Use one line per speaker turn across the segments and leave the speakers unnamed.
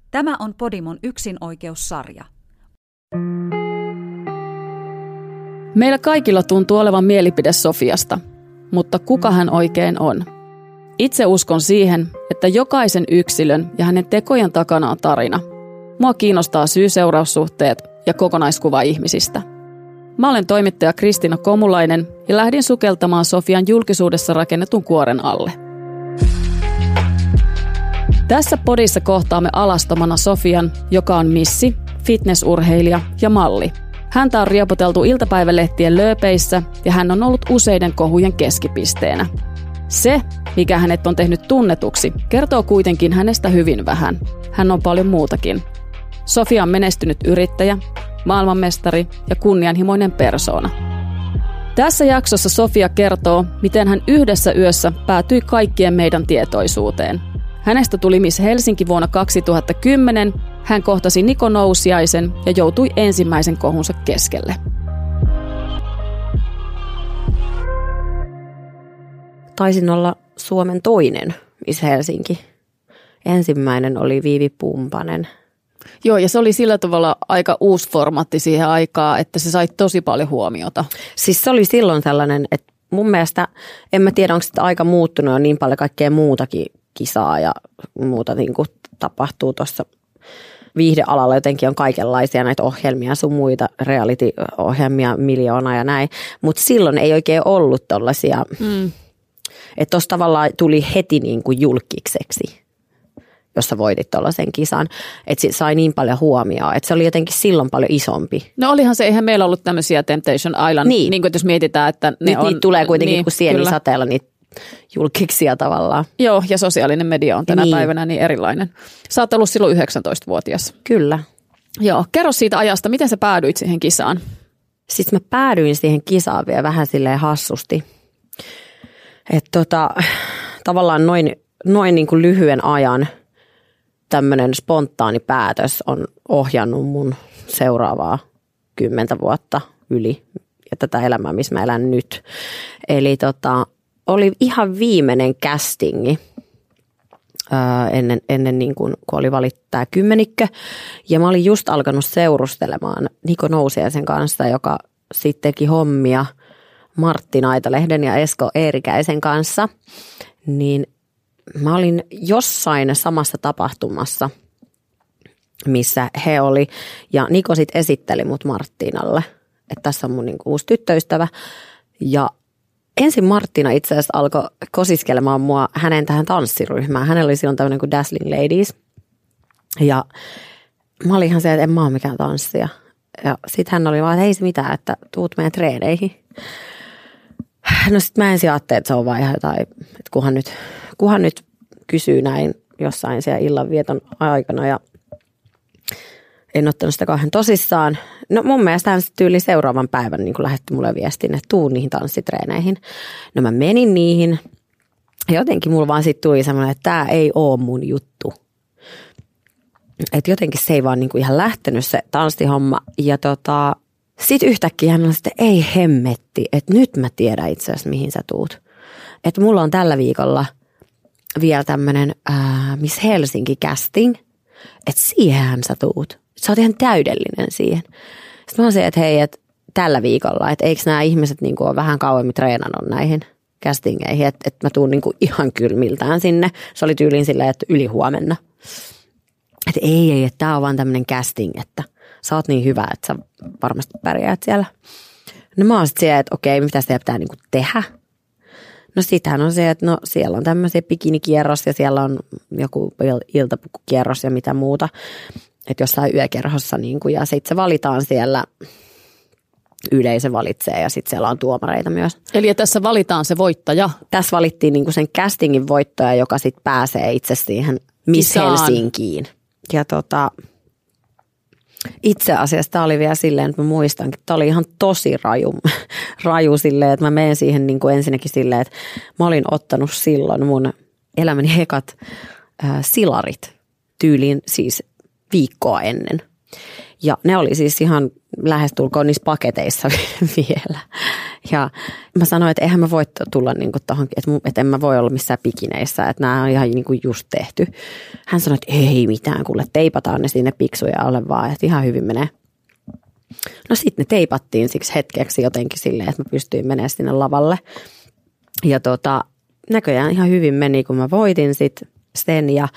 Tämä on Podimon yksinoikeussarja.
Meillä kaikilla tuntuu olevan mielipide Sofiasta, mutta kuka hän oikein on? Itse uskon siihen, että jokaisen yksilön ja hänen tekojen takana on tarina. Mua kiinnostaa syy-seuraussuhteet ja kokonaiskuva ihmisistä. Mä olen toimittaja Kristiina Komulainen ja lähdin sukeltamaan Sofian julkisuudessa rakennetun kuoren alle. Tässä podissa kohtaamme alastomana Sofian, joka on missi, fitnessurheilija ja malli. Häntä on riepoteltu iltapäivälehtien lööpeissä ja hän on ollut useiden kohujen keskipisteenä. Se, mikä hänet on tehnyt tunnetuksi, kertoo kuitenkin hänestä hyvin vähän. Hän on paljon muutakin. Sofia on menestynyt yrittäjä, maailmanmestari ja kunnianhimoinen persoona. Tässä jaksossa Sofia kertoo, miten hän yhdessä yössä päätyi kaikkien meidän tietoisuuteen. Hänestä tuli Miss Helsinki vuonna 2010, hän kohtasi Niko Nousiaisen ja joutui ensimmäisen kohunsa keskelle.
Taisin olla Suomen toinen Miss Helsinki. Ensimmäinen oli Viivi Pumpanen.
Joo, ja se oli sillä tavalla aika uusi formaatti siihen aikaan, että se sai tosi paljon huomiota.
Siis se oli silloin sellainen, että mun mielestä, en mä tiedä onko sitä aika muuttunut, on niin paljon kaikkea muutakin kisaa ja muuta niin kuin tapahtuu tuossa viihdealalla. Jotenkin on kaikenlaisia näitä ohjelmia, sun muita reality-ohjelmia, miljoona ja näin. Mutta silloin ei oikein ollut tollaisia, että tuossa tavallaan tuli heti niin kuin julkikseksi, jos sä voitit tollaisen kisan. Että se sai niin paljon huomioon, että se oli jotenkin silloin paljon isompi.
No olihan se, eihän meillä ollut tämmöisiä Temptation Island, niin kuin jos mietitään, että ne
nyt
on.
Niitä tulee kuitenkin
niin,
kuin sienisateella niitä julkiksia tavallaan.
Joo, ja sosiaalinen media on tänä päivänä niin erilainen. Sä oot ollut silloin 19-vuotias.
Kyllä.
Joo, kerro siitä ajasta, miten sä päädyit siihen kisaan?
Siis mä päädyin siihen kisaan vielä vähän silleen hassusti. Että tavallaan noin niin kuin lyhyen ajan tämmöinen spontaani päätös on ohjannut mun seuraavaa 10 vuotta yli ja tätä elämää, missä mä elän nyt. Eli oli ihan viimeinen castingi ennen niin kun oli valittu tämä kymmenikkö. Ja mä olin just alkanut seurustelemaan Niko Nousiaisen kanssa, joka sitten teki hommia Martti Naitalehden ja Esko Eerikäisen kanssa. Niin mä olin jossain samassa tapahtumassa, missä he oli. Ja Niko sitten esitteli mut Marttinalle, että tässä on mun niin kuin uusi tyttöystävä. Ja ensin Marttina itse asiassa alkoi kosiskelemaan mua hänen tähän tanssiryhmään. Hänellä oli silloin tämmöinen kuin Dazzling Ladies. Ja mä olin ihan se, että en mä ole mikään tanssia. Ja sitten hän oli vaan, että ei se mitään, että tuut meidän treeneihin. No sitten mä ensin ajattelin, että se on vaan ihan jotain, että kunhan nyt kysyy näin jossain siellä illanvieton aikana ja en ottanut sitä kauhean tosissaan. No mun mielestä hän sitten tyyli seuraavan päivän niin lähetti mulle viestin, että tuu niihin tanssitreeneihin. No mä menin niihin ja jotenkin mulla vaan sitten tuli semmoinen, että tää ei oo mun juttu. Että jotenkin se ei vaan niin kuin ihan lähtenyt se tanssihomma ja sitten yhtäkkiä hän on sitten, ei hemmetti, että nyt mä tiedän itse asiassa mihin sä tuut. Että mulla on tällä viikolla vielä tämmönen Miss Helsinki casting, että siihen sä tuut. Sä oot ihan täydellinen siihen. Sitten mä oon se, että hei, että tällä viikolla, että eikö nämä ihmiset niin kuin ole vähän kauemmin treenannut näihin castingeihin, että mä tuun niin kuin ihan kylmiltään sinne. Se oli tyyliin silleen, että yli huomenna. Että ei, että tää on vaan tämmönen casting, että sä oot niin hyvä, että sä varmasti pärjäät siellä. No mä oon sitten siellä, että okei, mitä sitä pitää niinku tehdä? No sitähän on se, että no siellä on tämmöisiä bikinikierros ja siellä on joku iltapukukierros ja mitä muuta. Että jossain yökerhossa niinku, ja sitten se valitaan siellä, yleisö valitsee ja sitten siellä on tuomareita myös.
Eli tässä valitaan se voittaja?
Tässä valittiin niinku sen castingin voittaja, joka sitten pääsee itse siihen Miss Helsinkiin. Ja itse asiassa tämä oli vielä silleen, että mä muistankin, että tämä oli ihan tosi raju silleen, että mä menen siihen niin kuin ensinnäkin silleen, että mä olin ottanut silloin mun elämäni hekat silarit tyyliin siis viikkoa ennen. Ja ne oli siis ihan lähestulkoon niissä paketeissa vielä. Ja mä sanoin, että eihän mä voi tulla niinku tohonkin, että en mä voi olla missään pikineissä, että nämä on ihan niinku just tehty. Hän sanoi, että ei mitään, kuule teipataan ne sinne piksuja alle vaan, että ihan hyvin menee. No sitten ne teipattiin siksi hetkeksi jotenkin silleen, että mä pystyin menemään sinne lavalle. Ja näköjään ihan hyvin meni, kun mä voitin sen ja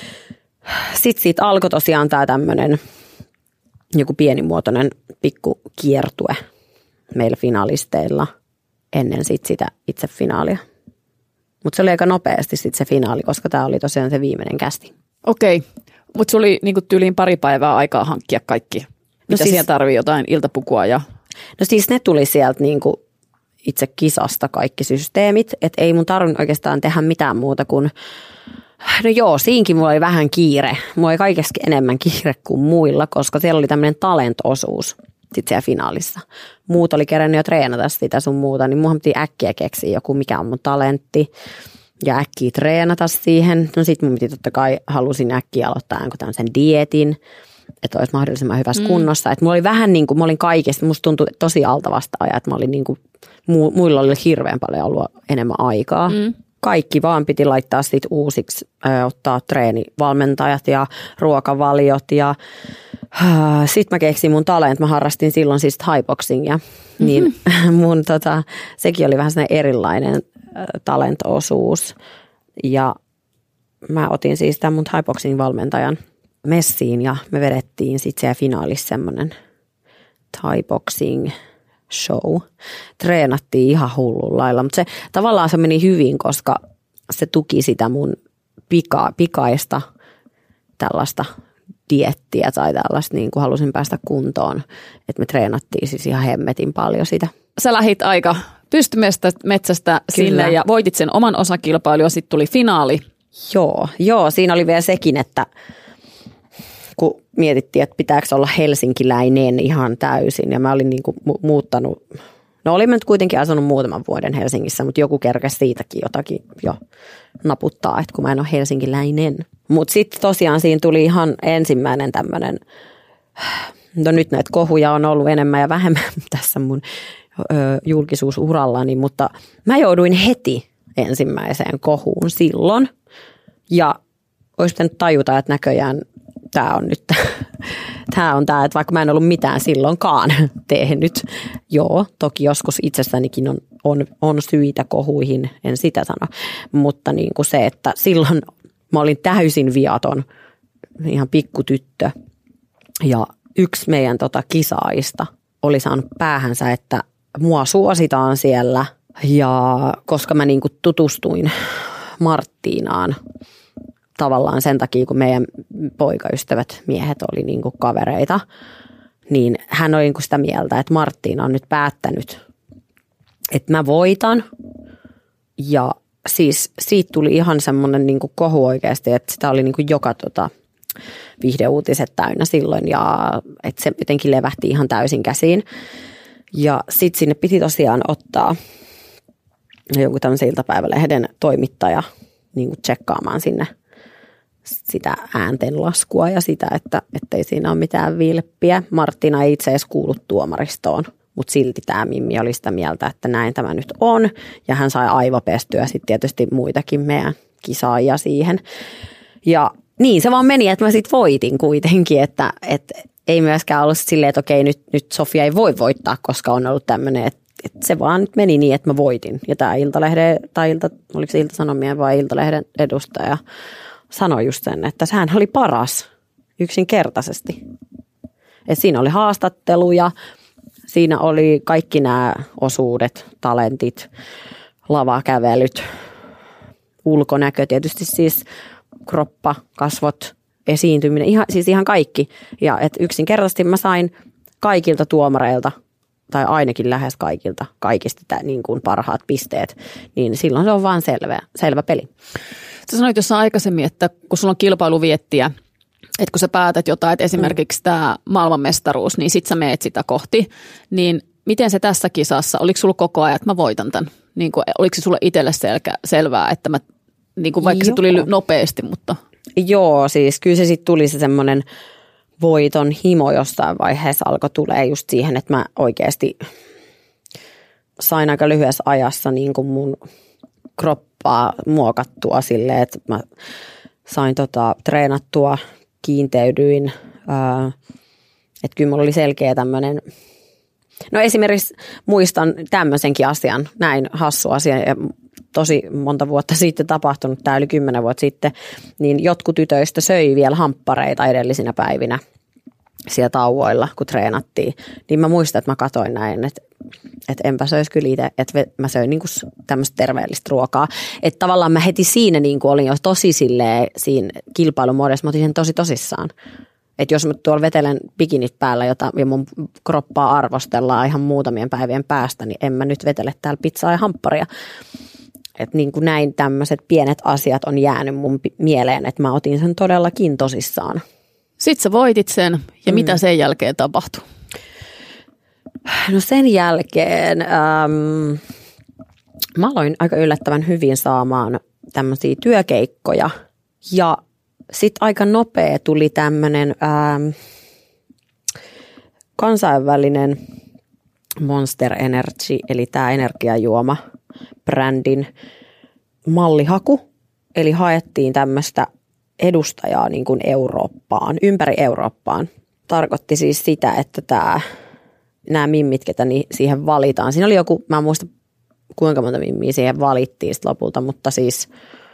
sitten siitä alkoi tosiaan tää tämmönen joku pienimuotoinen pikku kiertue meillä finalisteilla ennen sitä itse finaalia. Mutta se oli aika nopeasti sitten se finaali, koska tämä oli tosiaan se viimeinen kästi.
Okei, mutta se oli niinku tyyliin pari päivää aikaa hankkia kaikki. Mitä siis, siihen tarvii, jotain iltapukua ja...
No siis ne tuli sieltä niinku itse kisasta kaikki systeemit, että ei mun tarvinnut oikeastaan tehdä mitään muuta kuin... No joo, siinkin mulla oli vähän kiire. Mulla oli kaikessa enemmän kiire kuin muilla, koska siellä oli tämmöinen talent-osuus sitten siellä finaalissa. Muut oli kerännyt jo treenata sitä sun muuta, niin mullahan piti äkkiä keksiä joku, mikä on mun talentti. Ja äkkiä treenata siihen. No sit mun piti totta kai, halusin äkkiä aloittaa jonkun tämmöisen dieetin, että olisi mahdollisimman hyvässä kunnossa. Että mulla oli vähän niin kuin, mä olin kaikesta, musta tuntui tosi alta vastaaja, että mä olin niin kuin, muilla oli hirveän paljon ollut enemmän aikaa. Kaikki vaan piti laittaa sit uusiksi, ottaa treenivalmentajat ja ruokavaliot ja sitten mä keksin mun talent. Mä harrastin silloin siis thai-boxingia, niin mun sekin oli vähän sellainen erilainen talent-osuus ja mä otin siis tämän mun thai-boxing valmentajan messiin ja me vedettiin sitten siellä finaalissa semmoinen thai-boxing show. Treenattiin ihan hullun lailla, mutta se tavallaan se meni hyvin, koska se tuki sitä mun pikaista tällaista diettiä tai tällaista, niin kuin halusin päästä kuntoon, että me treenattiin siis ihan hemmetin paljon sitä.
Sä lähit aika pystymetsästä sinne ja voitit sen oman osakilpailun ja sitten tuli finaali.
Joo, siinä oli vielä sekin, että kun mietittiin, että pitääkö olla helsinkiläinen ihan täysin ja mä olin niin kuin muuttanut, no olin mä nyt kuitenkin asunut muutaman vuoden Helsingissä, mutta joku kerkesi siitäkin jotakin jo naputtaa, että kun mä en ole helsinkiläinen. Mutta sitten tosiaan siinä tuli ihan ensimmäinen tämmöinen, no nyt näitä kohuja on ollut enemmän ja vähemmän tässä mun julkisuusurallani, mutta mä jouduin heti ensimmäiseen kohuun silloin ja olisi pitänyt tajuta, että näköjään tämä on tämä, että vaikka mä en ollut mitään silloinkaan tehnyt. Joo, toki joskus itsessänikin on syitä kohuihin, en sitä sano. Mutta niin kuin se, että silloin mä olin täysin viaton, ihan pikkutyttö. Ja yksi meidän kisaajista oli saanut päähänsä, että mua suositaan siellä. Ja koska mä niin kuin tutustuin Marttiinaan, tavallaan sen takia, kun meidän poikaystävät miehet oli niin kuin kavereita, niin hän oli niin kuin sitä mieltä, että Marttiina on nyt päättänyt, että mä voitan. Ja siis siitä tuli ihan semmoinen niin kuin kohu oikeasti, että sitä oli niin kuin joka viihdeuutiset täynnä silloin ja että se jotenkin levähti ihan täysin käsiin. Ja sitten sinne piti tosiaan ottaa jonkun tämmöisen iltapäivälehden toimittaja niin kuin tsekkaamaan sinne sitä ääntenlaskua ja sitä, että ei siinä ole mitään vilppiä. Marttiina ei itse edes kuulu tuomaristoon, mutta silti tämä Mimmi oli sitä mieltä, että näin tämä nyt on. Ja hän sai aivopestyä sitten tietysti muitakin meidän kisaajia siihen. Ja niin se vaan meni, että mä sitten voitin kuitenkin, että ei myöskään ollut silleen, että okei nyt Sofia ei voi voittaa, koska on ollut tämmöinen, että se vaan nyt meni niin, että mä voitin. Ja tämä oliko se Ilta-Sanomien vai Iltalehden edustaja sanoi just sen, että hän oli paras yksinkertaisesti. Et siinä oli haastatteluja, siinä oli kaikki nämä osuudet, talentit, lavakävelyt, ulkonäkö, tietysti siis kroppa, kasvot, esiintyminen, ihan kaikki. Ja et yksinkertaisesti mä sain kaikilta tuomareilta, tai ainakin lähes kaikista niin kuin parhaat pisteet, niin silloin se on vaan selvä peli.
Sä sanoit jossain aikaisemmin, että kun sulla on kilpailuviettiä, että kun sä päätät jotain, että esimerkiksi tämä maailmanmestaruus, niin sit sä meet sitä kohti, niin miten se tässä kisassa, oliko sulla koko ajan, että mä voitan tämän? Niin kuin, oliko se sulle itselle selvää, että mä, niin kuin vaikka se tuli nopeasti, mutta...
Joo, siis kyllä se sitten tuli se semmoinen voiton himo jossain vaiheessa alkoi tulee just siihen, että mä oikeasti sain aika lyhyessä ajassa niin kuin mun kroppaa muokattua silleen, että mä sain treenattua, kiinteydyin, että kyllä mulla oli selkeä tämmöinen, no esimerkiksi muistan tämmöisenkin asian, näin hassu asia ja tosi monta vuotta sitten tapahtunut, tämä yli 10 vuotta sitten, niin jotkut tytöistä söi vielä hamppareita edellisinä päivinä siellä tauoilla, kun treenattiin. Niin mä muistan, että mä katsoin näin, että enpä söisi kyllä itse, että mä söin niin kuin tämmöistä terveellistä ruokaa. Että tavallaan mä heti siinä niin kuin olin jo tosi silleen siinä kilpailumuodossa, mä otin sen tosi tosissaan. Että jos mä tuolla vetelen bikinit päällä ja mun kroppaa arvostellaan ihan muutamien päivien päästä, niin en mä nyt vetele täällä pizzaa ja hampparia. Että niin kuin näin tämmöiset pienet asiat on jäänyt mun mieleen, että mä otin sen todellakin tosissaan.
Sitten sä voitit sen ja mitä sen jälkeen tapahtui?
No sen jälkeen mä aloin aika yllättävän hyvin saamaan tämmöisiä työkeikkoja ja sitten aika nopea tuli tämmöinen kansainvälinen Monster Energy, eli tämä energiajuoma brändin mallihaku. Eli haettiin tämmöistä edustajaa niin kuin Eurooppaan, ympäri Eurooppaan. Tarkoitti siis sitä, että nämä mimmit, ketä siihen valitaan. Siinä oli joku, mä en muista kuinka monta mimmiä siihen valittiin lopulta, mutta siis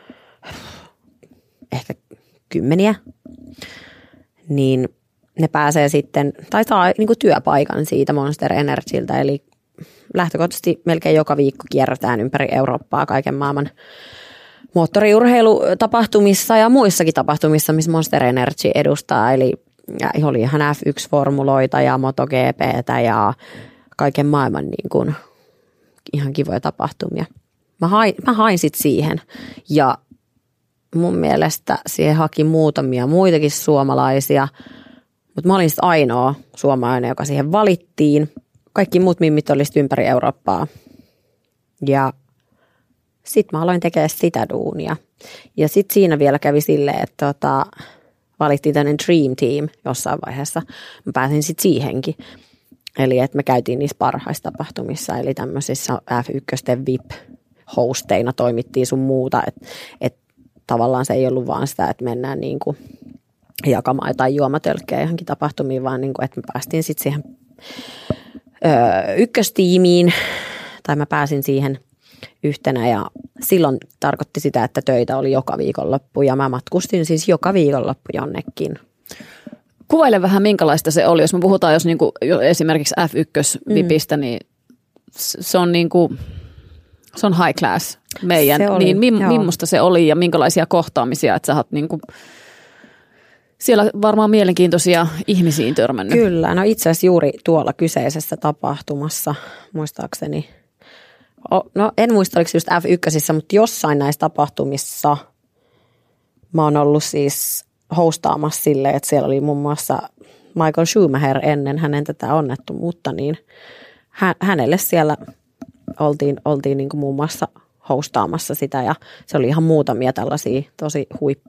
ehkä 10. Niin ne pääsee sitten, tai saa niin kuin työpaikan siitä Monster Energyltä, eli lähtökohtaisesti melkein joka viikko kierretään ympäri Eurooppaa kaiken maailman moottoriurheilutapahtumissa ja muissakin tapahtumissa, missä Monster Energy edustaa, eli oli ihan F1-formuloita ja MotoGPtä ja kaiken maailman niin kuin, ihan kivoja tapahtumia. Mä hain sitten siihen ja mun mielestä siihen haki muutamia muitakin suomalaisia, mutta mä olin sitten ainoa suomalainen, joka siihen valittiin. Kaikki muut mimmit olisivat ympäri Eurooppaa. Ja sitten mä aloin tekemään sitä duunia. Ja sitten siinä vielä kävi silleen, että valittiin tämmöinen Dream Team jossain vaiheessa. Mä pääsin sitten siihenkin. Eli että me käytiin niissä parhaissa tapahtumissa, eli tämmöisissä F1 VIP-hosteina toimittiin sun muuta. Että tavallaan se ei ollut vaan sitä, että mennään niin kuin jakamaan jotain juomatölkkejä johonkin tapahtumiin, vaan niin kuin, että me päästiin sitten siihen ykköstiimiin, tai mä pääsin siihen yhtenä ja silloin tarkoitti sitä, että töitä oli joka viikonloppu ja mä matkustin siis joka viikonloppu jonnekin.
Kuvaile vähän minkälaista se oli, jos me puhutaan jos niinku, esimerkiksi F1-vipistä, niin se on niinku, se on high class meidän, niin millaista se oli ja minkälaisia kohtaamisia, että sä oot niinku siellä varmaan mielenkiintoisia ihmisiin törmännyt.
Kyllä, no itse asiassa juuri tuolla kyseisessä tapahtumassa, muistaakseni, no en muista oliko just F1, mutta jossain näissä tapahtumissa mä oon ollut siis hostaamassa silleen, että siellä oli muun muassa Michael Schumacher ennen hänen tätä onnettomuutta, niin hänelle siellä oltiin niin kuin muun muassa hostaamassa sitä ja se oli ihan muutamia tällaisia tosi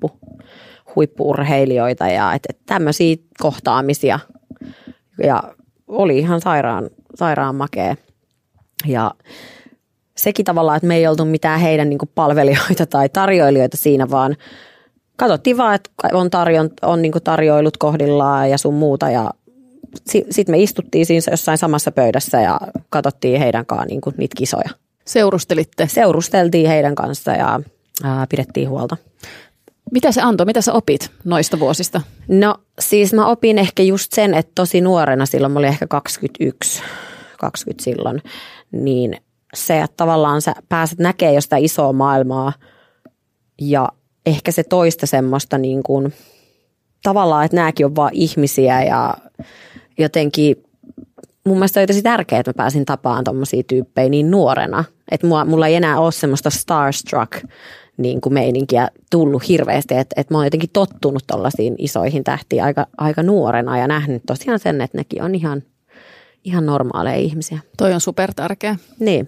huippu-urheilijoita ja tämmöisiä kohtaamisia ja oli ihan sairaan makea. Ja sekin tavallaan, että me ei oltu mitään heidän niin kuin palvelijoita tai tarjoilijoita siinä, vaan katsottiin vaan, että on niin kuin tarjoilut kohdillaan ja sun muuta ja sitten me istuttiin siinä jossain samassa pöydässä ja katsottiin heidän kanssaan niin kuin niitä kisoja.
Seurustelitte?
Seurusteltiin heidän kanssa ja pidettiin huolta.
Mitä se antoi? Mitä sä opit noista vuosista?
No siis mä opin ehkä just sen, että tosi nuorena, silloin mä olin ehkä 20 silloin, niin se, että tavallaan sä pääset näkemään jostain isoa maailmaa ja ehkä se toista semmoista niin kuin, tavallaan, että nämäkin on vaan ihmisiä ja jotenkin mun mielestä oli tosi tärkeää, että mä pääsin tapaan tommosia tyyppejä niin nuorena, että mulla ei enää ole semmoista starstruck niin kuin meininkiä tullut hirveästi, että mä oon jotenkin tottunut tollaisiin isoihin tähtiin aika nuorena ja nähnyt tosiaan sen, että nekin on ihan normaaleja ihmisiä.
Toi on super tärkeä.
Niin.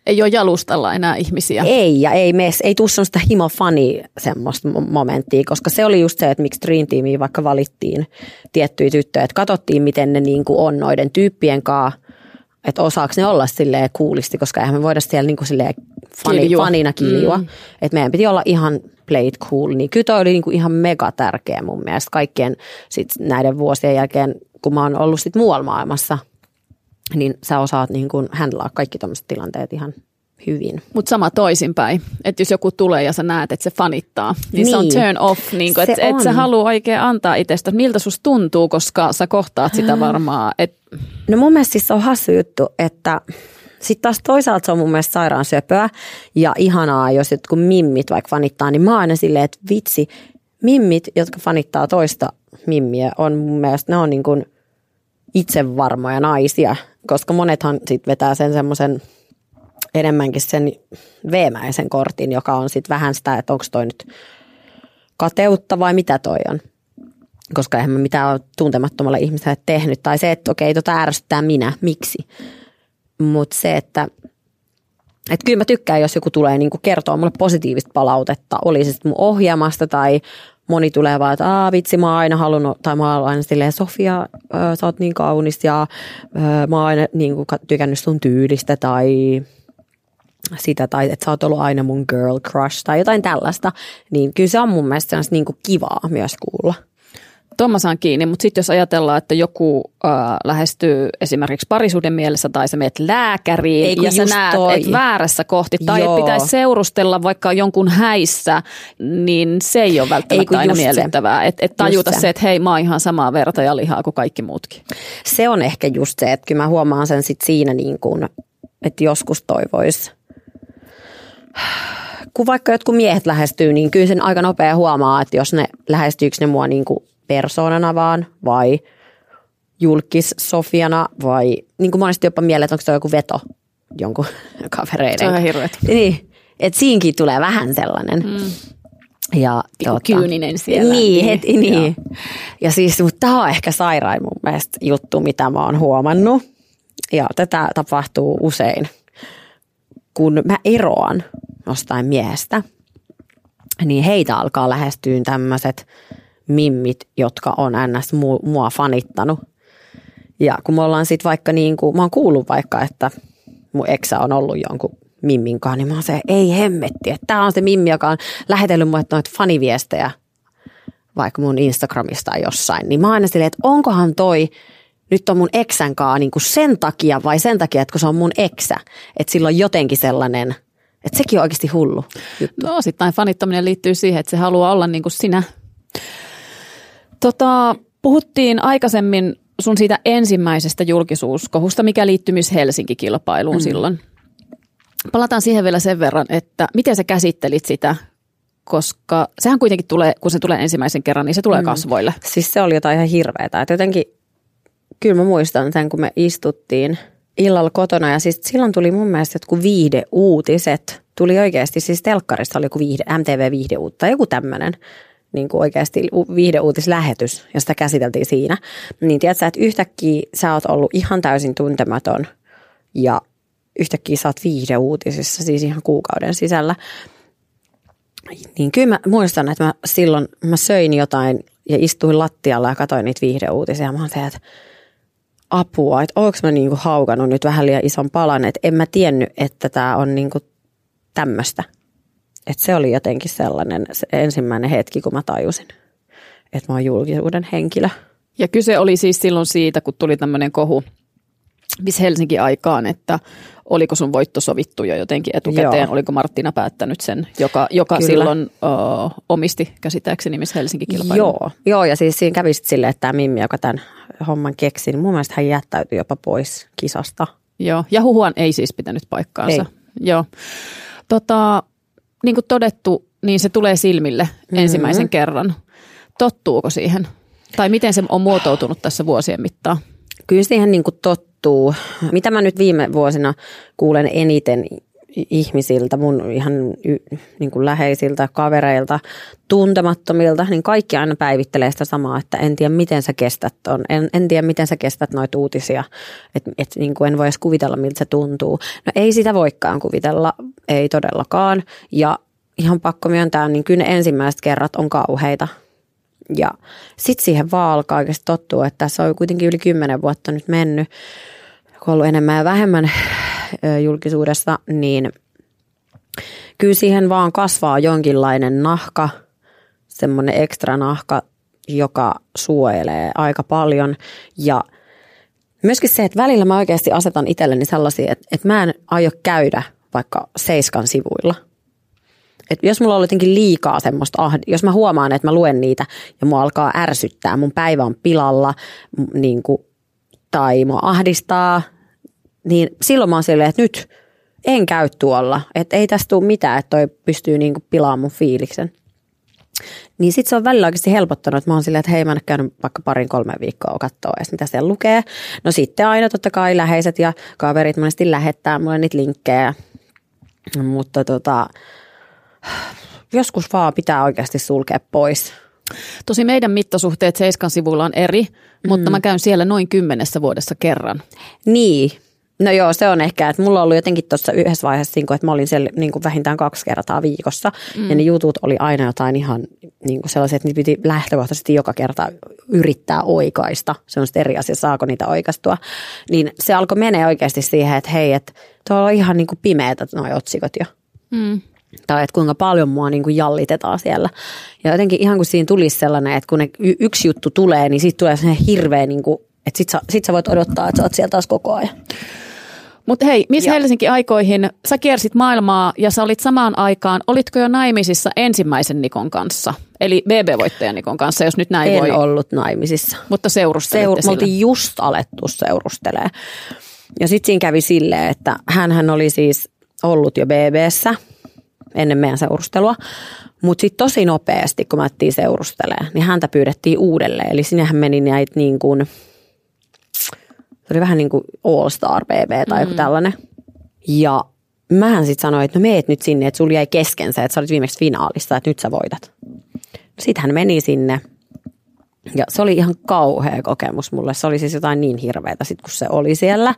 Ei ole jalustalla enää ihmisiä.
Ei, ja ei tule semmoista himo-fani semmoista momenttia, koska se oli just se, että miksi Dream Teamiin vaikka valittiin tiettyjä tyttöjä, että katsottiin, miten ne niinku on noiden tyyppien kanssa, että osaako ne olla silleen coolisti, koska eihän me voida siellä niinku silleen fanina kiljua. Että meidän piti olla ihan play it cool, niin kyllä toi oli niinku ihan mega tärkeä mun mielestä kaikkien sit näiden vuosien jälkeen, kun mä oon ollut sit muualla maailmassa, niin sä osaat niinku handlaa kaikki tommoset tilanteet ihan hyvin. Mutta
sama toisinpäin, että jos joku tulee ja sä näet, että se fanittaa, niin se on turn off, niin että et sä halua oikein antaa itsestä, että miltä susta tuntuu, koska sä kohtaat sitä varmaan.
No mun mielestä siis se on hassu juttu, että sitten taas toisaalta se on mun mielestä sairaansöpöä ja ihanaa, jos jotkut mimmit vaikka fanittaa, niin mä oon aina silleen, että vitsi, mimmit, jotka fanittaa toista mimmiä, on mun mielestä, ne on niin kuin itsevarmoja naisia, koska monethan sit vetää sen semmoisen enemmänkin sen veemäisen kortin, joka on sitten vähän sitä, että onko toi nyt kateutta vai mitä toi on. Koska eihän mä mitään tuntemattomalle ihmiselle tehnyt. Tai se, että okei, ärsyttää minä. Miksi? Mutta se, että kyllä mä tykkään, jos joku tulee niinku kertoa mulle positiivista palautetta. Oli se sitten mun ohjelmasta tai moni tulee vaan, että vitsi, mä oon aina halunnut, tai mä oon aina silleen, Sofia, sä oot niin kaunis ja mä oon aina niinku tykännyt sun tyylistä tai sitä, tai että sä oot ollut aina mun girl crush tai jotain tällaista, niin kyllä se on mun mielestä niin kuin kivaa myös kuulla.
Tuon mä saan kiinni, mutta sitten jos ajatellaan, että joku lähestyy esimerkiksi parisuuden mielessä tai sä meet lääkäriin ja sä näet, että väärässä kohti tai että pitäisi seurustella vaikka jonkun häissä, niin se ei ole välttämättä aina miellyttävää. Että tajuta se, että hei, mä oon ihan samaa verta ja lihaa kuin kaikki muutkin.
Se on ehkä just se, että kyllä mä huomaan sen sit siinä niin kuin, että joskus toivoisi. Kun vaikka jotkut miehet lähestyy, niin kyllä sen aika nopea huomaa, että jos ne lähestyykö ne mua niin kuin persoonana vaan vai julkis-Sofiana vai niin kuin monesti jopa mieleen, että onko se joku veto jonkun kavereiden.
Se on ihan hirveet.
Niin, että siinkin tulee vähän sellainen. Ja
kyyninen siellä.
Niin. Ja siis, mutta tämä on ehkä sairain mun mielestä juttu, mitä mä oon huomannut. Ja tätä tapahtuu usein, kun mä eroan jostain miehestä, niin heitä alkaa lähestyä tämmöiset mimmit, jotka on ns. Mua fanittanut. Ja kun me ollaan sit vaikka mä oon kuullut vaikka, että mun eksä on ollut jonkun mimminkaan, niin mä oon se, ei hemmetti, että tää on se mimmi, joka on lähetellyt mulle noita faniviestejä vaikka mun Instagramista tai jossain. Niin mä oon aina silleen, että onkohan toi nyt on mun eksän kaa niin kuin sen takia vai sen takia, että kun se on mun eksä, että sillä on jotenkin sellainen, että sekin on oikeasti hullu juttu.
No osittain fanittaminen liittyy siihen, että se haluaa olla niin kuin sinä. Puhuttiin aikaisemmin sun siitä ensimmäisestä julkisuuskohusta, mikä liittyy myös Helsinki-kilpailuun silloin. Palataan siihen vielä sen verran, että miten sä käsittelit sitä, koska sehän kuitenkin tulee, kun se tulee ensimmäisen kerran, niin se tulee kasvoille.
Siis se oli jotain ihan hirveetä, että jotenkin kyllä mä muistan sen, kun me istuttiin illalla kotona ja siis silloin tuli mun mielestä jotkut viihdeuutiset. Tuli oikeasti, siis telkkarista oli joku MTV-viihdeuutta tai joku tämmöinen niin kuin oikeasti viihdeuutislähetys, josta käsiteltiin siinä. Niin tiedätkö, että yhtäkkiä sä oot ollut ihan täysin tuntematon ja yhtäkkiä sä oot viihdeuutisissa siis ihan kuukauden sisällä. Niin kyllä mä muistan, että mä söin jotain ja istuin lattialla ja katsoin niitä viihdeuutisia. Mä oon se, että apua, että oonko mä niinku haukannut nyt vähän liian ison palan, että en mä tiennyt, että tää on niinku tämmöistä. Että se oli jotenkin sellainen se ensimmäinen hetki, kun mä tajusin, että mä oon julkisuuden henkilö.
Ja kyse oli siis silloin siitä, kun tuli tämmöinen kohu Miss Helsinki-aikaan, että oliko sun voitto sovittu jo jotenkin etukäteen, Joo. Oliko Marttina päättänyt sen, joka silloin omisti käsittääkseni Miss Helsinki-kilpailun?
Joo, ja siis siinä kävi sitten silleen, että tämä Mimmi, joka tämän homman keksi, niin mun mielestä hän jättäytyi jopa pois kisasta.
Joo, ja huhuan ei siis pitänyt paikkaansa.
Ei.
Joo. Niin kuin todettu, niin se tulee silmille ensimmäisen kerran. Tottuuko siihen? Tai miten se on muotoutunut tässä vuosien mittaan?
Kyllä siihen niin kuin tottuu. Mitä mä nyt viime vuosina kuulen eniten ihmisiltä, mun ihan niin kuin läheisiltä, kavereilta, tuntemattomilta, niin kaikki aina päivittelee sitä samaa, että en tiedä miten sä kestät ton, en tiedä miten sä kestät noita uutisia, että niin kuin en voi edes kuvitella miltä se tuntuu. No ei sitä voikaan kuvitella, ei todellakaan, ja ihan pakko myöntää, niin kyllä ne ensimmäiset kerrat on kauheita. Ja sitten siihen vaan alkaa oikeasti tottua, että tässä on kuitenkin yli 10 vuotta nyt mennyt, kun on ollut enemmän ja vähemmän julkisuudessa, niin kyllä siihen vaan kasvaa jonkinlainen nahka, semmoinen ekstra nahka, joka suojelee aika paljon. Ja myöskin se, että välillä mä oikeasti asetan itselleni sellaisia, että mä en aio käydä vaikka Seiskan sivuilla. Että jos mulla on jotenkin liikaa semmoista, jos mä huomaan, että mä luen niitä ja mua alkaa ärsyttää, mun päivä on pilalla niin kuin, tai mua ahdistaa, niin silloin mä oon silleen, että nyt en käy tuolla, että ei tästä tule mitään, että toi pystyy niin kuin pilaamaan mun fiiliksen. Niin sit se on välillä oikeasti helpottanut, että mä oon silleen, että hei mä en ole käynyt vaikka 2-3 viikkoa katsoa edes mitä siellä lukee. No sitten aina totta kai läheiset ja kaverit monesti lähettää mulle niitä linkkejä, mutta joskus vaan pitää oikeasti sulkea pois.
Tosi meidän mittasuhteet Seiskan sivuilla on eri, mutta mä käyn siellä noin 10 vuodessa kerran.
Niin. No joo, se on ehkä, että mulla on ollut jotenkin tuossa yhdessä vaiheessa, että mä olin siellä niin kuin vähintään 2 kertaa viikossa. Ja ne jutut oli aina jotain ihan niin kuin sellaisia, että niitä piti lähtökohtaisesti joka kerta yrittää oikaista. Se on sitten eri asia, saako niitä oikaistua. Niin se alkoi menee oikeasti siihen, että hei, että tuolla on ihan niin kuin pimeätä nuo otsikot jo. Tai että kuinka paljon mua niin kuin jallitetaan siellä. Ja jotenkin ihan kuin siinä tulisi sellainen, että kun yksi juttu tulee, niin siitä tulee sellainen hirveä, niin kuin, että sit sä voit odottaa, että sä oot siellä taas koko ajan.
Mutta hei, Miss Helsinki-aikoihin sä kiersit maailmaa ja sä olit samaan aikaan, olitko jo naimisissa ensimmäisen Nikon kanssa? Eli BB-voittajan Nikon kanssa, jos nyt näin voi.
En ollut naimisissa.
Mutta seurustelitte
Me oltiin just alettu seurustelemaan. Ja sitten siinä kävi silleen, että hänhän oli siis ollut jo BB:ssä ennen meidän seurustelua. Mutta sitten tosi nopeasti, kun me alettiin seurustelemaan, niin häntä pyydettiin uudelleen. Eli sinnehän meni näitä niin kuin, se oli vähän niin kuin All Star BB tai joku tällainen. Ja mähän sitten sanoin, että no meet nyt sinne, että sulla jäi keskensä, että sä olit viimeksi finaalissa, että nyt sä voitat. Sitten hän meni sinne. Ja se oli ihan kauhea kokemus mulle. Se oli siis jotain niin hirveätä sit, kun se oli siellä.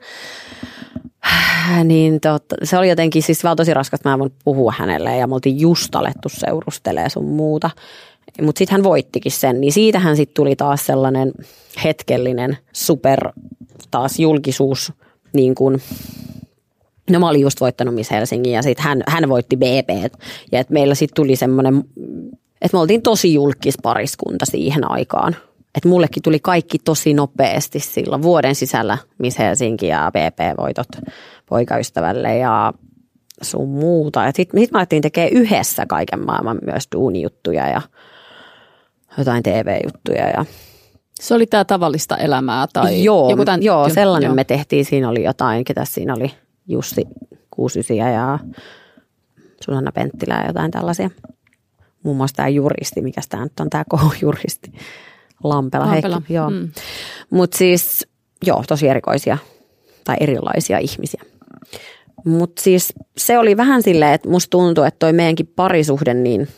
Niin se oli jotenkin siis vaan tosi raskasta, mä en voinut puhua hänelle ja me oltiin just alettu seurustelemaan sun muuta. Mutta sitten hän voittikin sen, niin siitähän sitten tuli taas sellainen hetkellinen super taas julkisuus, niin kuin, no mä olin just voittanut Miss Helsingin ja sitten hän voitti BB. Ja että meillä sitten tuli semmoinen, että me oltiin tosi julkispariskunta siihen aikaan. Että mullekin tuli kaikki tosi nopeasti silloin vuoden sisällä Miss Helsinki ja BB-voitot poikaystävälle ja sun muuta. Ja sitten mä alettiin tekemään yhdessä kaiken maailman myös duunijuttuja ja jotain TV-juttuja. Ja
se oli tää tavallista elämää tai
joo,
joku tämän,
joo, sellainen joo. Me tehtiin. Siinä oli jotain, ketä siinä oli Jussi 69 ja Susanna Penttilä ja jotain tällaisia. Muun muassa tämä juristi, mikä tämä nyt on, tämä koulujuristi. Lampela. Heikki, joo. Mutta siis, joo, tosi erikoisia tai erilaisia ihmisiä. Mutta siis se oli vähän silleen, että musta tuntui, että toi meidänkin parisuhde, niin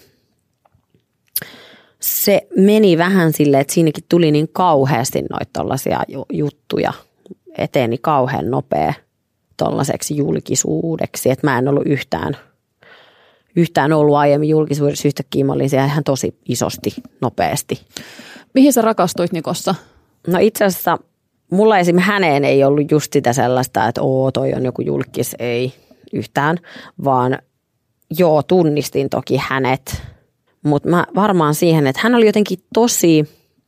se meni vähän silleen, että siinäkin tuli niin kauheasti noita tollaisia juttuja eteeni kauhean nopea tollaiseksi julkisuudeksi, että mä en ollut yhtään ollut aiemmin julkisuudessa, yhtäkkiä mä olin siellä ihan tosi isosti, nopeasti.
Mihin sä rakastuit Nikossa?
No itse asiassa mulla esimerkiksi häneen ei ollut just sitä sellaista, että toi on joku julkis, ei yhtään, vaan joo, tunnistin toki hänet, mutta mä varmaan siihen, että hän oli jotenkin tosi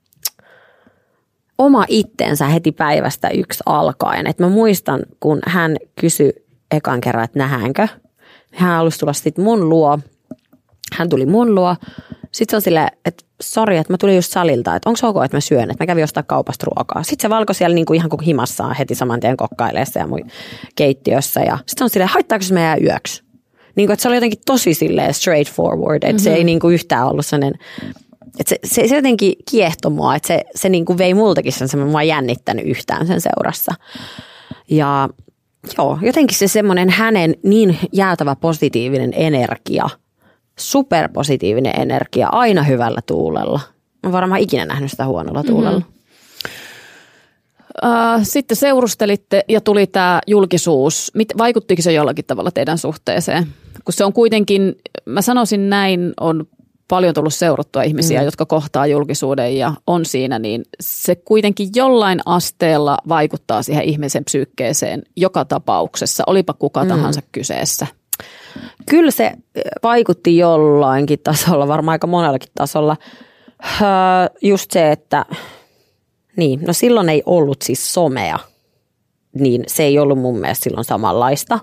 oma itsensä heti päivästä 1 alkaen. Että mä muistan, kun hän kysyi ekan kerran, että nähdäänkö. Hän halusi tulla sitten mun luo. Hän tuli mun luo. Sitten se on silleen, että sori, että mä tulin just salilta, että onko se ok, että mä syön, että mä kävin jostain kaupasta ruokaa. Sitten se valkoi siellä niinku ihan kuin himassaan heti saman tien kokkaileessa ja mun keittiössä. Ja sitten on silleen, haittaako se meidän yöksi? Niin kuin, että se oli jotenkin tosi silleen straightforward, että se ei niinku yhtään ollut sellainen, että se jotenkin kiehtoi mua, että se niinku vei multakin sen, mua jännittänyt yhtään sen seurassa. Ja Joo, jotenkin se semmoinen hänen niin jäätävä positiivinen energia, superpositiivinen energia, aina hyvällä tuulella. Mä varmaan ikinä nähnyt sitä huonolla tuulella.
Sitten seurustelitte ja tuli tämä julkisuus. Vaikuttiko se jollakin tavalla teidän suhteeseen? Kun se on kuitenkin, mä sanoisin näin, on paljon tullut seurattua ihmisiä, jotka kohtaa julkisuuden ja on siinä, niin se kuitenkin jollain asteella vaikuttaa siihen ihmisen psyykkeeseen joka tapauksessa, olipa kuka tahansa kyseessä.
Kyllä se vaikutti jollainkin tasolla, varmaan aika monellakin tasolla. Just se, että niin, no silloin ei ollut siis somea, niin se ei ollut mun mielestä silloin samanlaista.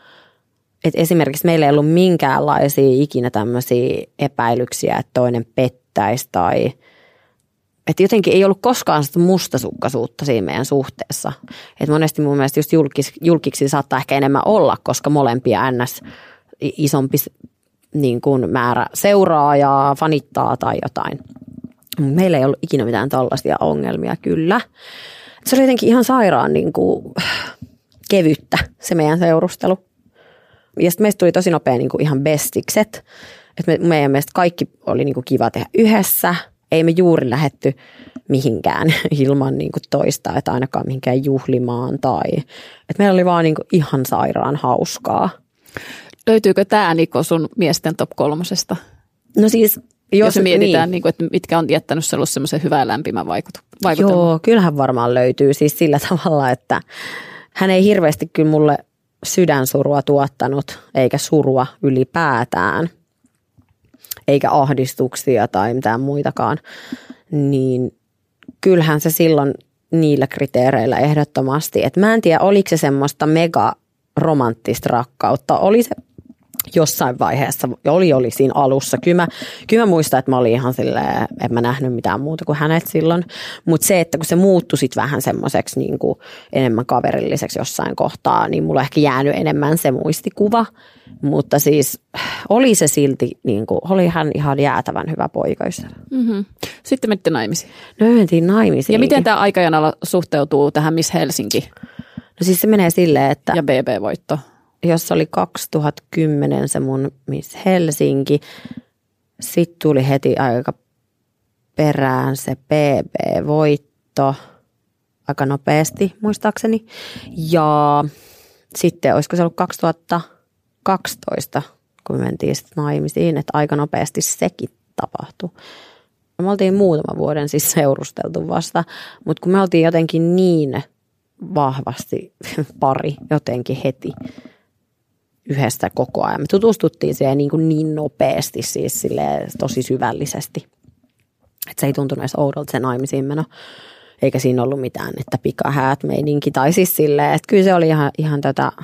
Et esimerkiksi meillä ei ollut minkäänlaisia ikinä tämmöisiä epäilyksiä, että toinen pettäisi tai että jotenkin ei ollut koskaan sitä mustasukkaisuutta siinä meidän suhteessa. Et monesti mun mielestä just julkiksi saattaa ehkä enemmän olla, koska molempia ns. Isompi niin kuin määrä seuraajaa, fanittaa tai jotain. Meillä ei ollut ikinä mitään tällaisia ongelmia kyllä. Se oli jotenkin ihan sairaan niin kuin kevyttä se meidän seurustelu. Ja sitten meistä tuli tosi nopea niin kuin ihan bestikset. Että meidän mielestä kaikki oli niin kuin kiva tehdä yhdessä. Ei me juuri lähdetty mihinkään ilman niin kuin toista, että ainakaan mihinkään juhlimaan. Että meillä oli vaan niin kuin ihan sairaan hauskaa.
Löytyykö tämä Niko sun miesten top 3?
No siis
jos mietitään, niin kuin, että mitkä on jättänyt semmoisen hyvän ja lämpimän vaikutelman.
Joo, kyllähän varmaan löytyy siis sillä tavalla, että hän ei hirveästi kyllä mulle sydänsurua tuottanut, eikä surua ylipäätään, eikä ahdistuksia tai mitään muitakaan, niin kyllähän se silloin niillä kriteereillä ehdottomasti. Et mä en tiedä, oliko se semmoista mega romanttista rakkautta, oli se jossain vaiheessa, oli siinä alussa. Kyllä mä muistan, että mä olin ihan silleen, en mä nähnyt mitään muuta kuin hänet silloin. Mutta se, että kun se muuttui sitten vähän semmoiseksi niin kuin enemmän kaverilliseksi jossain kohtaa, niin mulla ehkä jäänyt enemmän se muistikuva. Mutta siis oli se silti, niin kuin, oli hän ihan jäätävän hyvä poikaystävä.
Mm-hmm. Sitten menitte naimisiin.
No mentiin naimisiin.
Ja miten tämä aikajanalla suhteutuu tähän Miss Helsinki?
No siis se menee silleen, että
ja BB-voitto.
Jos oli 2010 se mun Miss Helsinki, sitten tuli heti aika perään se BB-voitto aika nopeasti muistaakseni. Ja sitten olisiko se ollut 2012, kun me mentiin sitten naimisiin, että aika nopeasti sekin tapahtui. Me oltiin muutaman vuoden siis seurusteltu vasta, mutta kun me oltiin jotenkin niin vahvasti pari jotenkin heti yhdessä koko ajan. Me tutustuttiin siihen niin nopeasti, siis tosi syvällisesti. Että se ei tuntunut edes oudolta se naimisiin meno. Eikä siinä ollut mitään, että pikahäät meininki. Tai siis silleen, että kyllä se oli ihan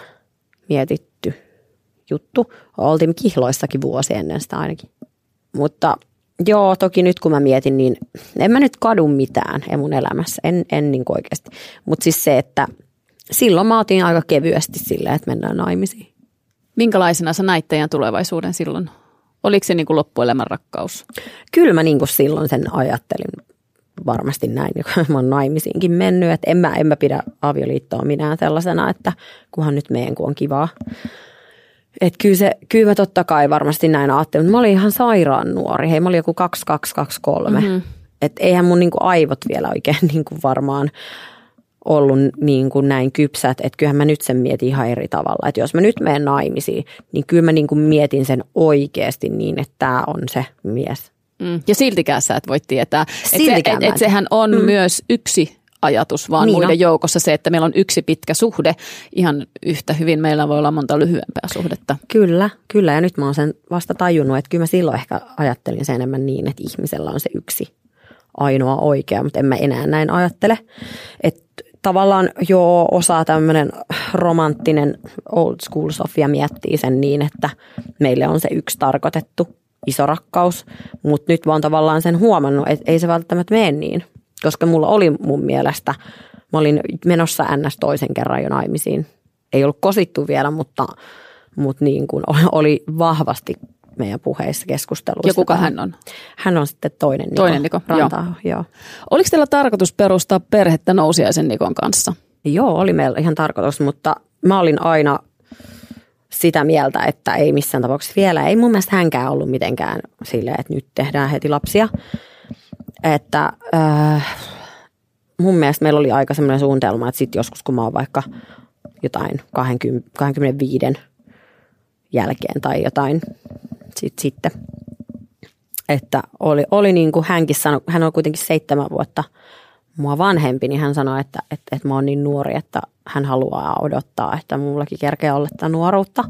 mietitty juttu. Oltiin kihloissakin vuosi ennen sitä ainakin. Mutta joo, toki nyt kun mä mietin, niin en mä nyt kadu mitään mun elämässä. En niin oikeasti. Mutta siis se, että silloin mä otin aika kevyesti silleen, että mennään naimisiin. Minkälaisena sä näit teidän tulevaisuuden silloin? Oliko se niin kuin loppuelämän rakkaus? Kyllä mä niin kuin silloin sen ajattelin varmasti näin, kun mä oon naimisiinkin mennyt. Että en mä pidä avioliittoa minään sellaisena, että kunhan nyt meidän kun on kivaa. Että kyllä mä totta kai varmasti näin ajattelin, mutta mä olin ihan sairaan nuori. Hei, mä olin joku 22-23. Mm-hmm. Että eihän mun niin kuin aivot vielä oikein niin kuin varmaan ollut niin kuin näin kypsät, että kyllähän mä nyt sen mietin ihan eri tavalla. Että jos mä nyt menen naimisiin, niin kyllä mä niin kuin mietin sen oikeasti niin, että tämä on se mies.
Ja siltikään sä et voi tietää. Että sehän on myös yksi ajatus vaan muiden joukossa se, että meillä on yksi pitkä suhde. Ihan yhtä hyvin meillä voi olla monta lyhyempää suhdetta. Kyllä. Ja nyt mä oon sen vasta tajunnut, että kyllä mä silloin ehkä ajattelin sen enemmän niin, että ihmisellä on se yksi ainoa oikea, mutta en mä enää näin ajattele. Että tavallaan jo osaa tämmöinen romanttinen old school Sofia miettii sen niin, että meille on se yksi tarkoitettu iso rakkaus, mutta nyt mä oon tavallaan sen huomannut, että ei se välttämättä mene niin, koska mulla oli mun mielestä, mä olin menossa NS toisen kerran jo naimisiin. Ei ollut kosittu vielä, mutta niin kuin oli vahvasti meidän puheissa keskusteluissa. Ja kuka hän on?
Hän on sitten toinen Niko Rantaho. Joo.
Oliko teillä tarkoitus perustaa perhettä Nousiaisen Nikon kanssa?
Joo, oli meillä ihan tarkoitus, mutta mä olin aina sitä mieltä, että ei missään tapauksessa vielä. Ei mun mielestä hänkään ollut mitenkään silleen, että nyt tehdään heti lapsia. Että mun mielestä meillä oli aika semmoinen suunnitelma, että sitten joskus kun mä oon vaikka jotain 25 jälkeen tai jotain sitten. Että oli niin kuin hänkin sanoi, hän on kuitenkin 7 vuotta mua vanhempi, niin hän sanoi, että mä oon niin nuori, että hän haluaa odottaa, että mullakin kerkeä olla tätä nuoruutta.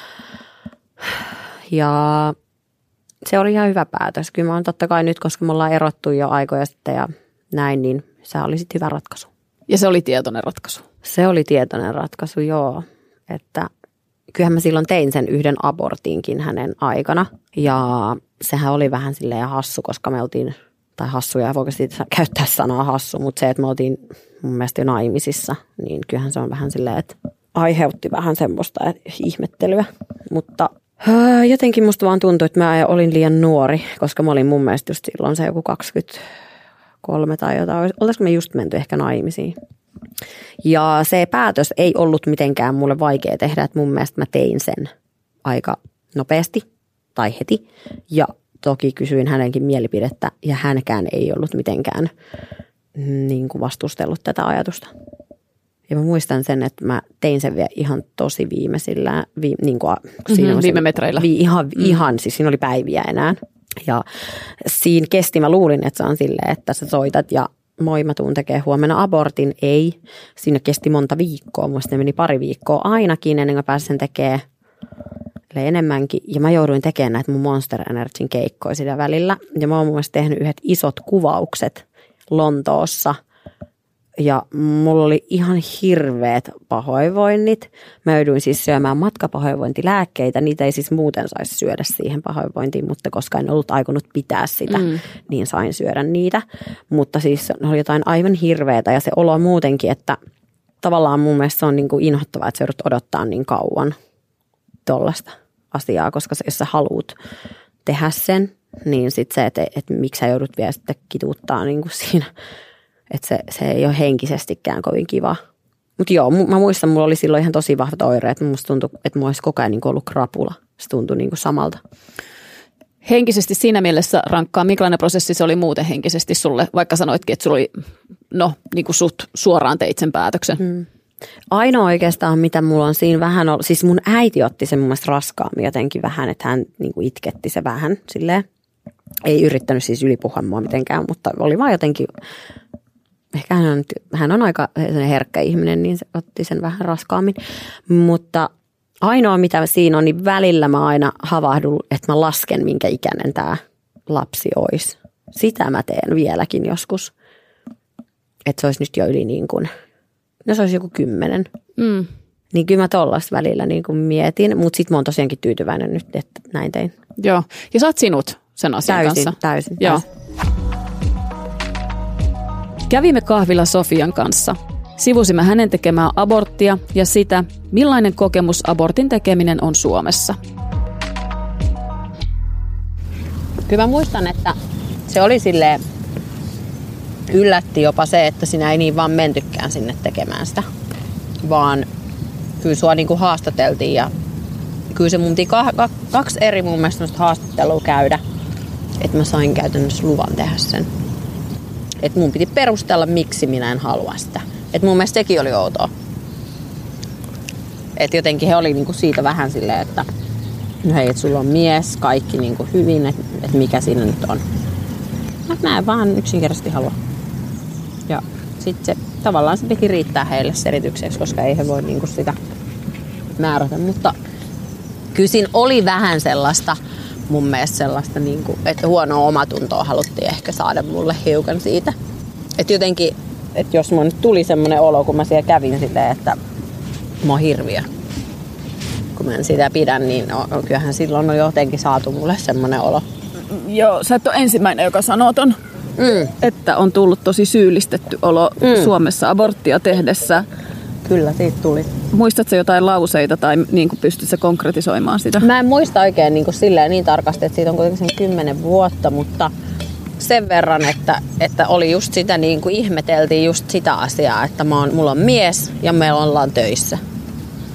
Ja se oli ihan hyvä päätös. Kyllä mä oon totta kai nyt, koska me ollaan erottu jo aikoja sitten ja näin, niin se oli sitten hyvä ratkaisu.
Ja se oli tietoinen ratkaisu?
Se oli tietoinen ratkaisu, joo. Että kyllähän mä silloin tein sen yhden abortinkin hänen aikana. Ja sehän oli vähän silleen hassu, koska me oltiin, tai hassuja, voiko siitä käyttää sanaa hassu, mutta se, että me oltiin mun mielestä jo naimisissa, niin kyllähän se on vähän silleen, että aiheutti vähän semmoista ihmettelyä. Mutta jotenkin musta vaan tuntui, että mä olin liian nuori, koska mä olin mun mielestä just silloin se joku 23 tai jotain. Oltaisiko me just menty ehkä naimisiin? Ja se päätös ei ollut mitenkään mulle vaikea tehdä, että mun mielestä mä tein sen aika nopeasti tai heti. Ja toki kysyin hänenkin mielipidettä ja hänkään ei ollut mitenkään niin kuin vastustellut tätä ajatusta. Ja mä muistan sen, että mä tein sen vielä ihan tosi viimeisillä, niin kuin siinä
viime metreillä.
Ihan, siis siinä oli päiviä enää. Ja siinä kesti, mä luulin, että se on silleen, että sä soitat ja moi, mä tuun tekemään huomenna abortin. Ei, siinä kesti monta viikkoa, muista meni 2 viikkoa ainakin ennen kuin mä pääsin sen tekemään enemmänkin. Ja mä jouduin tekemään näitä mun Monster Energyn keikkoja sitä välillä. Ja mä oon mun mielestä tehnyt yhdet isot kuvaukset Lontoossa. Ja mulla oli ihan hirveät pahoinvoinnit. Mä jouduin siis syömään matkapahoinvointilääkkeitä. Niitä ei siis muuten saisi syödä siihen pahoinvointiin, mutta koska en ollut aikonut pitää sitä, niin sain syödä niitä. Mutta siis ne oli jotain aivan hirveätä ja se olo muutenkin, että tavallaan mun mielestä se on niin kuin inhottavaa, että sä joudut odottaa niin kauan tollaista asiaa, koska jos sä haluut tehdä sen, niin sitten se, että miksi sä joudut vielä sitten kituuttaa niin kuin siinä. Että se ei ole henkisestikään kovin kiva. Mutta joo, mä muistan, mulla oli silloin ihan tosi vahvat oireet. Musta tuntui, että mulla olisi koko ajan ollut krapula. Se tuntui niin kuin samalta.
Henkisesti siinä mielessä rankkaa. Minkälainen prosessi se oli muuten henkisesti sulle? Vaikka sanoitkin, että sulla oli, niin kuin sut suoraan teit sen päätöksen.
Ainoa oikeastaan, mitä mulla on siinä vähän ollut. Siis mun äiti otti sen mun mielestä raskaammin jotenkin vähän, että hän niin kuin itketti se vähän silleen. Ei yrittänyt siis ylipuhua mua mitenkään, mutta oli vaan jotenkin. Ehkä hän on aika herkkä ihminen, niin se otti sen vähän raskaammin. Mutta ainoa mitä siinä on, niin välillä mä aina havahdun, että mä lasken minkä ikäinen tämä lapsi olisi. Sitä mä teen vieläkin joskus. Että se olisi nyt jo yli niin kuin, se olisi joku 10. Niin kyllä mä tollaista välillä niin kuin mietin, mutta sit mä oon tosiaankin tyytyväinen nyt, että näin tein.
Joo, ja sä oot sinut sen asian kanssa.
Täysin.
Joo. Kävimme kahvilla Sofian kanssa. Sivusimme hänen tekemää aborttia ja sitä, millainen kokemus abortin tekeminen on Suomessa.
Kyllä mä muistan, että se oli silleen, yllätti jopa se, että sinä ei niin vaan mentykään sinne tekemään sitä. Vaan kyllä sua niin kuin haastateltiin ja kyllä se mun piti 2 eri mun mielestä haastattelua käydä, että mä sain käytännössä luvan tehdä sen. Että mun piti perustella, miksi minä en halua sitä. Että mun mielestä sekin oli outoa. Että jotenkin he oli niinku siitä vähän silleen, että no hei, että sulla on mies, kaikki niinku hyvin, että mikä siinä nyt on. Mä en vaan yksinkertaisesti halua. Ja sitten se tavallaan se piti riittää heille selitykseksi, koska ei he voi niinku sitä määrätä. Mutta kyllä siinä oli vähän sellaista, mun mielestä sellaista, niinku, että huonoa omatuntoa haluttiin ehkä saada mulle hiukan siitä. Että jotenkin, että jos mun nyt tuli semmoinen olo, kun mä siellä kävin silleen, että mä oon hirviö. Kun mä en sitä pidä, niin kyllähän silloin on jotenkin saatu mulle semmoinen olo.
Joo, sä et ole ensimmäinen, joka sanoo ton, että on tullut tosi syyllistetty olo Suomessa aborttia tehdessä.
Kyllä, siitä tuli.
Muistatko jotain lauseita tai niin pystytkö sä konkretisoimaan sitä?
Mä en muista oikein niin tarkasti, että siitä on kuitenkin sen 10 vuotta, mutta sen verran, että oli just sitä, niin kuin ihmeteltiin just sitä asiaa, että mulla on mies ja me ollaan töissä.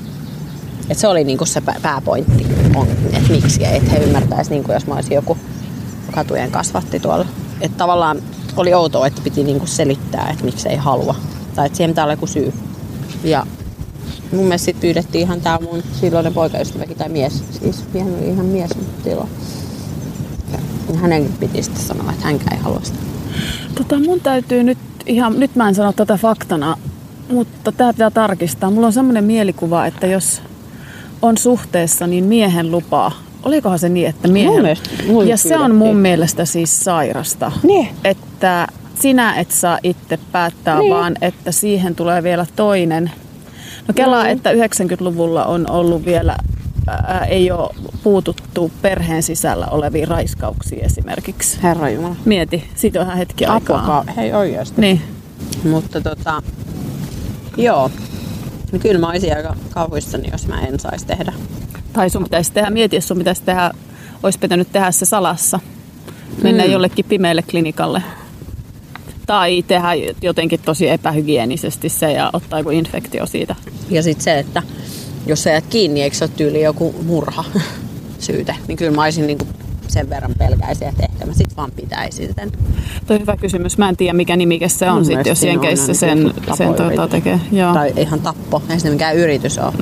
Et se oli niinku se pääpointti, että miksi, että he ymmärtäisi, niinku, jos mä olisin joku katujen kasvatti tuolla. Että tavallaan oli outoa, että piti niinku selittää, että miksi ei halua. Tai että siihen pitää olla joku syy. Ja mun mielestä sit pyydettiin ihan tää mun silloinen poikaystäväkin tai mies. Siis miehen oli ihan mies silloin. Ja hänenkin piti sitten sanoa, että hänkään ei halua sitä.
Mun täytyy nyt mä en sano tätä faktana, mutta tää pitää tarkistaa. Mulla on semmoinen mielikuva, että jos on suhteessa, niin miehen lupaa. Olikohan se niin, että miehen... Ja se on mun mielestä siis sairasta. Niin. Että sinä et saa itse päättää, vaan että siihen tulee vielä toinen. No kelaa, että 90-luvulla on ollut vielä, ei ole puututtu perheen sisällä oleviin raiskauksiin esimerkiksi.
Herranjumala.
Mieti, siitä on ihan hetki aikaa.
Hei oikeasti.
Niin.
Mutta joo. No kyllä mä olisin aika kauhuissani, jos mä en saisi tehdä.
Tai sun pitäisi tehdä, mieti, jos sun pitäisi tehdä, olisi pitänyt tehdä se salassa. Mennä jollekin pimeälle klinikalle. Tai tehdä jotenkin tosi epähygienisesti se ja ottaa joku infektio siitä.
Ja sitten se, että jos sä jäät kiinni, eikö se ole tyyli joku murha syyte, niin kyllä mä olisin niinku sen verran pelkäisiä, että ehkä mä sit vaan pitäisin sen.
Toi hyvä kysymys. Mä en tiedä, mikä nimike se on sit, jos jenkeissä sen tekee. Joo.
Tai ihan tappo. Ei se mikään yritys ole.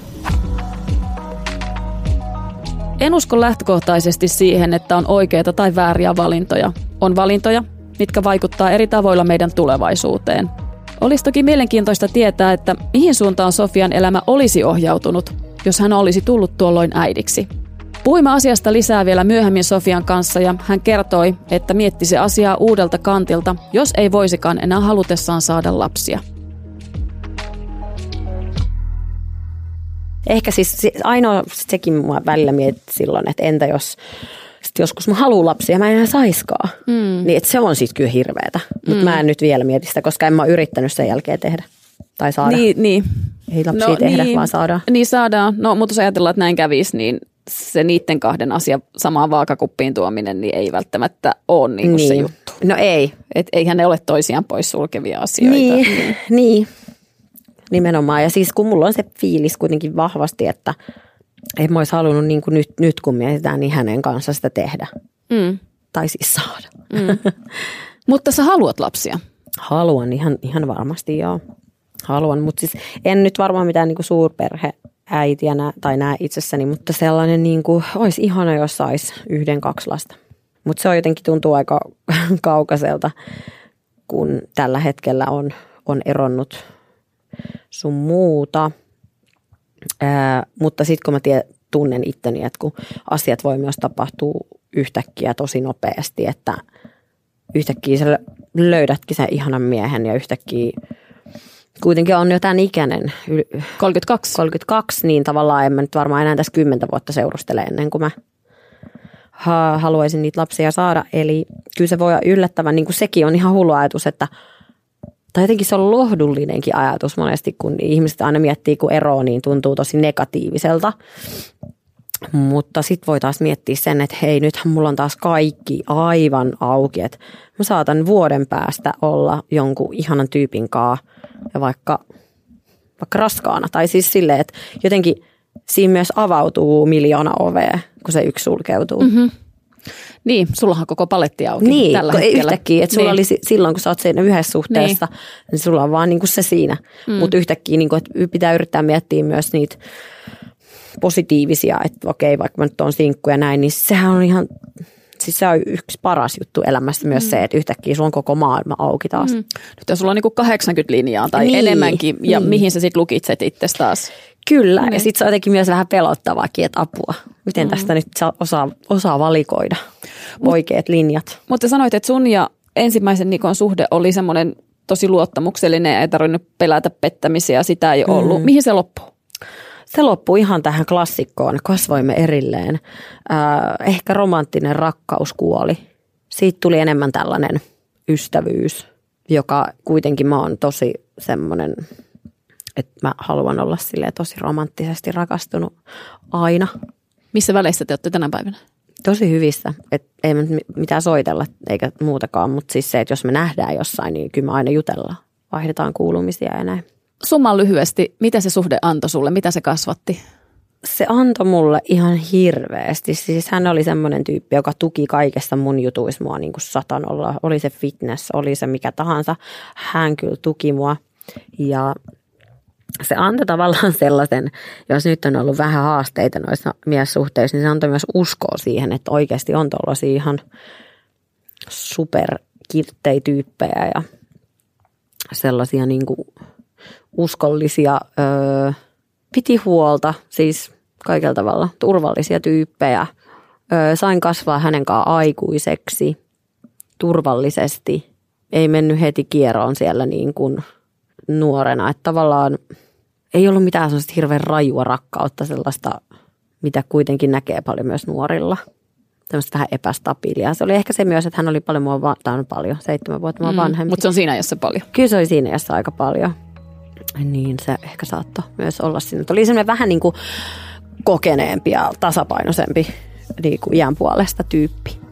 En usko lähtökohtaisesti siihen, että on oikeita tai vääriä valintoja. On valintoja, mitkä vaikuttaa eri tavoilla meidän tulevaisuuteen. Olisi toki mielenkiintoista tietää, että mihin suuntaan Sofian elämä olisi ohjautunut, jos hän olisi tullut tuolloin äidiksi. Puhuimme asiasta lisää vielä myöhemmin Sofian kanssa ja hän kertoi, että miettisi asiaa uudelta kantilta, jos ei voisikaan enää halutessaan saada lapsia.
Ehkä siis ainoa sekin mua välillä mietti silloin, että entä jos joskus mä haluan lapsia ja mä en enää saiskaan. Niin että se on siis kyllä hirveetä. Mutta mä en nyt vielä mieti sitä, koska en mä ole yrittänyt sen jälkeen tehdä tai saada.
Niin.
Ei lapsia tehdä, vaan saadaan.
Niin saadaan. No mutta jos ajatellaan, että näin kävisi, niin se niiden kahden asian samaan vaakakuppiin tuominen niin ei välttämättä ole niin kuin se juttu.
No ei.
Eihän ne ole toisiaan pois sulkevia asioita.
Niin. Nimenomaan. Ja siis kun mulla on se fiilis kuitenkin vahvasti, että ei mä olisi halunnut niin kuin nyt kun mietitään, niin hänen kanssa sitä tehdä. Tai siis saada.
Mutta sä haluat lapsia?
Haluan ihan varmasti, joo. Haluan, mutta siis en nyt varmaan mitään niin kuin suurperheäitiä tai näe itsessäni, mutta sellainen niin kuin, olisi ihana, jos saisi 1-2 lasta. Mutta se on jotenkin tuntuu aika kaukaiselta, kun tällä hetkellä on eronnut sun muuta. Mutta sitten kun mä tunnen itteni, että kun asiat voi myös tapahtua yhtäkkiä tosi nopeasti, että yhtäkkiä sä löydätkin sen ihanan miehen ja yhtäkkiä kuitenkin on jo tämän ikäinen. 32, niin tavallaan en mä nyt varmaan enää tässä 10 vuotta seurustele ennen kuin mä haluaisin niitä lapsia saada. Eli kyllä se voi olla yllättävän, niin kuin sekin on ihan hullu ajatus, että tai jotenkin se on lohdullinenkin ajatus monesti, kun ihmiset aina miettii, kun eroo, niin tuntuu tosi negatiiviselta. Mutta sitten voi taas miettiä sen, että hei, nythän mulla on taas kaikki aivan auki, että mä saatan vuoden päästä olla jonkun ihanan tyypin kanssa ja vaikka raskaana. Tai siis silleen, että jotenkin siinä myös avautuu 1,000,000 ovea, kun se yksi sulkeutuu.
Niin, sullahan on koko paletti auki
niin,
tällä hetkellä.
Yhtäkkiä, että sulla oli silloin, kun sä oot siinä yhdessä suhteessa, niin sulla on vaan niin kuin se siinä. Mutta yhtäkkiä, niin kuin, että pitää yrittää miettiä myös niitä positiivisia, että okei, vaikka mä nyt oon sinkku ja näin, niin sehän on ihan, siis se on yksi paras juttu elämässä myös se, että yhtäkkiä sulla on koko maailma auki taas.
Nyt jos sulla on niin kuin 80 linjaa tai enemmänkin, ja mihin sä sitten lukitset itse taas?
Kyllä, ja sitten se on jotenkin myös vähän pelottavaakin, että apua. Miten tästä nyt osaa valikoida oikeat linjat.
Mutta sanoit, että sun ja ensimmäisen Nikon suhde oli semmoinen tosi luottamuksellinen ja ei tarvinnut pelätä pettämisiä, sitä ei ollut. Mihin se loppui?
Se loppui ihan tähän klassikkoon, kasvoimme erilleen. Ehkä romanttinen rakkaus kuoli. Siitä tuli enemmän tällainen ystävyys, joka kuitenkin mä oon tosi semmoinen, että mä haluan olla silleen tosi romanttisesti rakastunut aina.
Missä väleissä te olette tänä päivänä?
Tosi hyvissä. Et ei mitään soitella eikä muutakaan, mutta siis se, että jos me nähdään jossain, niin kyllä me aina jutellaan. Vaihdetaan kuulumisia ja näin.
Summan lyhyesti, mitä se suhde antoi sulle? Mitä se kasvatti?
se antoi mulle ihan hirveästi. Siis hän oli semmoinen tyyppi, joka tuki kaikessa mun jutuissa mua niin kuin satanolla. Oli se fitness, oli se mikä tahansa. Hän kyllä tuki mua. Ja se antoi tavallaan sellaisen, jos nyt on ollut vähän haasteita noissa miessuhteissa, niin se antoi myös uskoa siihen, että oikeasti on tuollaisia ihan superkirttejä tyyppejä ja sellaisia niin kuin uskollisia, piti huolta, siis kaikella tavalla turvallisia tyyppejä. Sain kasvaa hänen kanssaan aikuiseksi turvallisesti. Ei mennyt heti kieroon siellä niin kuin nuorena, että tavallaan ei ollut mitään sellaista hirveän rajua rakkautta, sellaista, mitä kuitenkin näkee paljon myös nuorilla. Tämmöistä vähän epästabiilia. Se oli ehkä se myös, että hän oli paljon, 7 vuotta mua vanhempi.
Mutta se on siinä ajassa paljon.
Kyllä se oli siinä ajassa aika paljon. Niin se ehkä saattoi myös olla siinä. Oli semmoinen vähän niin kuin kokeneempi ja tasapainoisempi niin kuin iän puolesta tyyppi.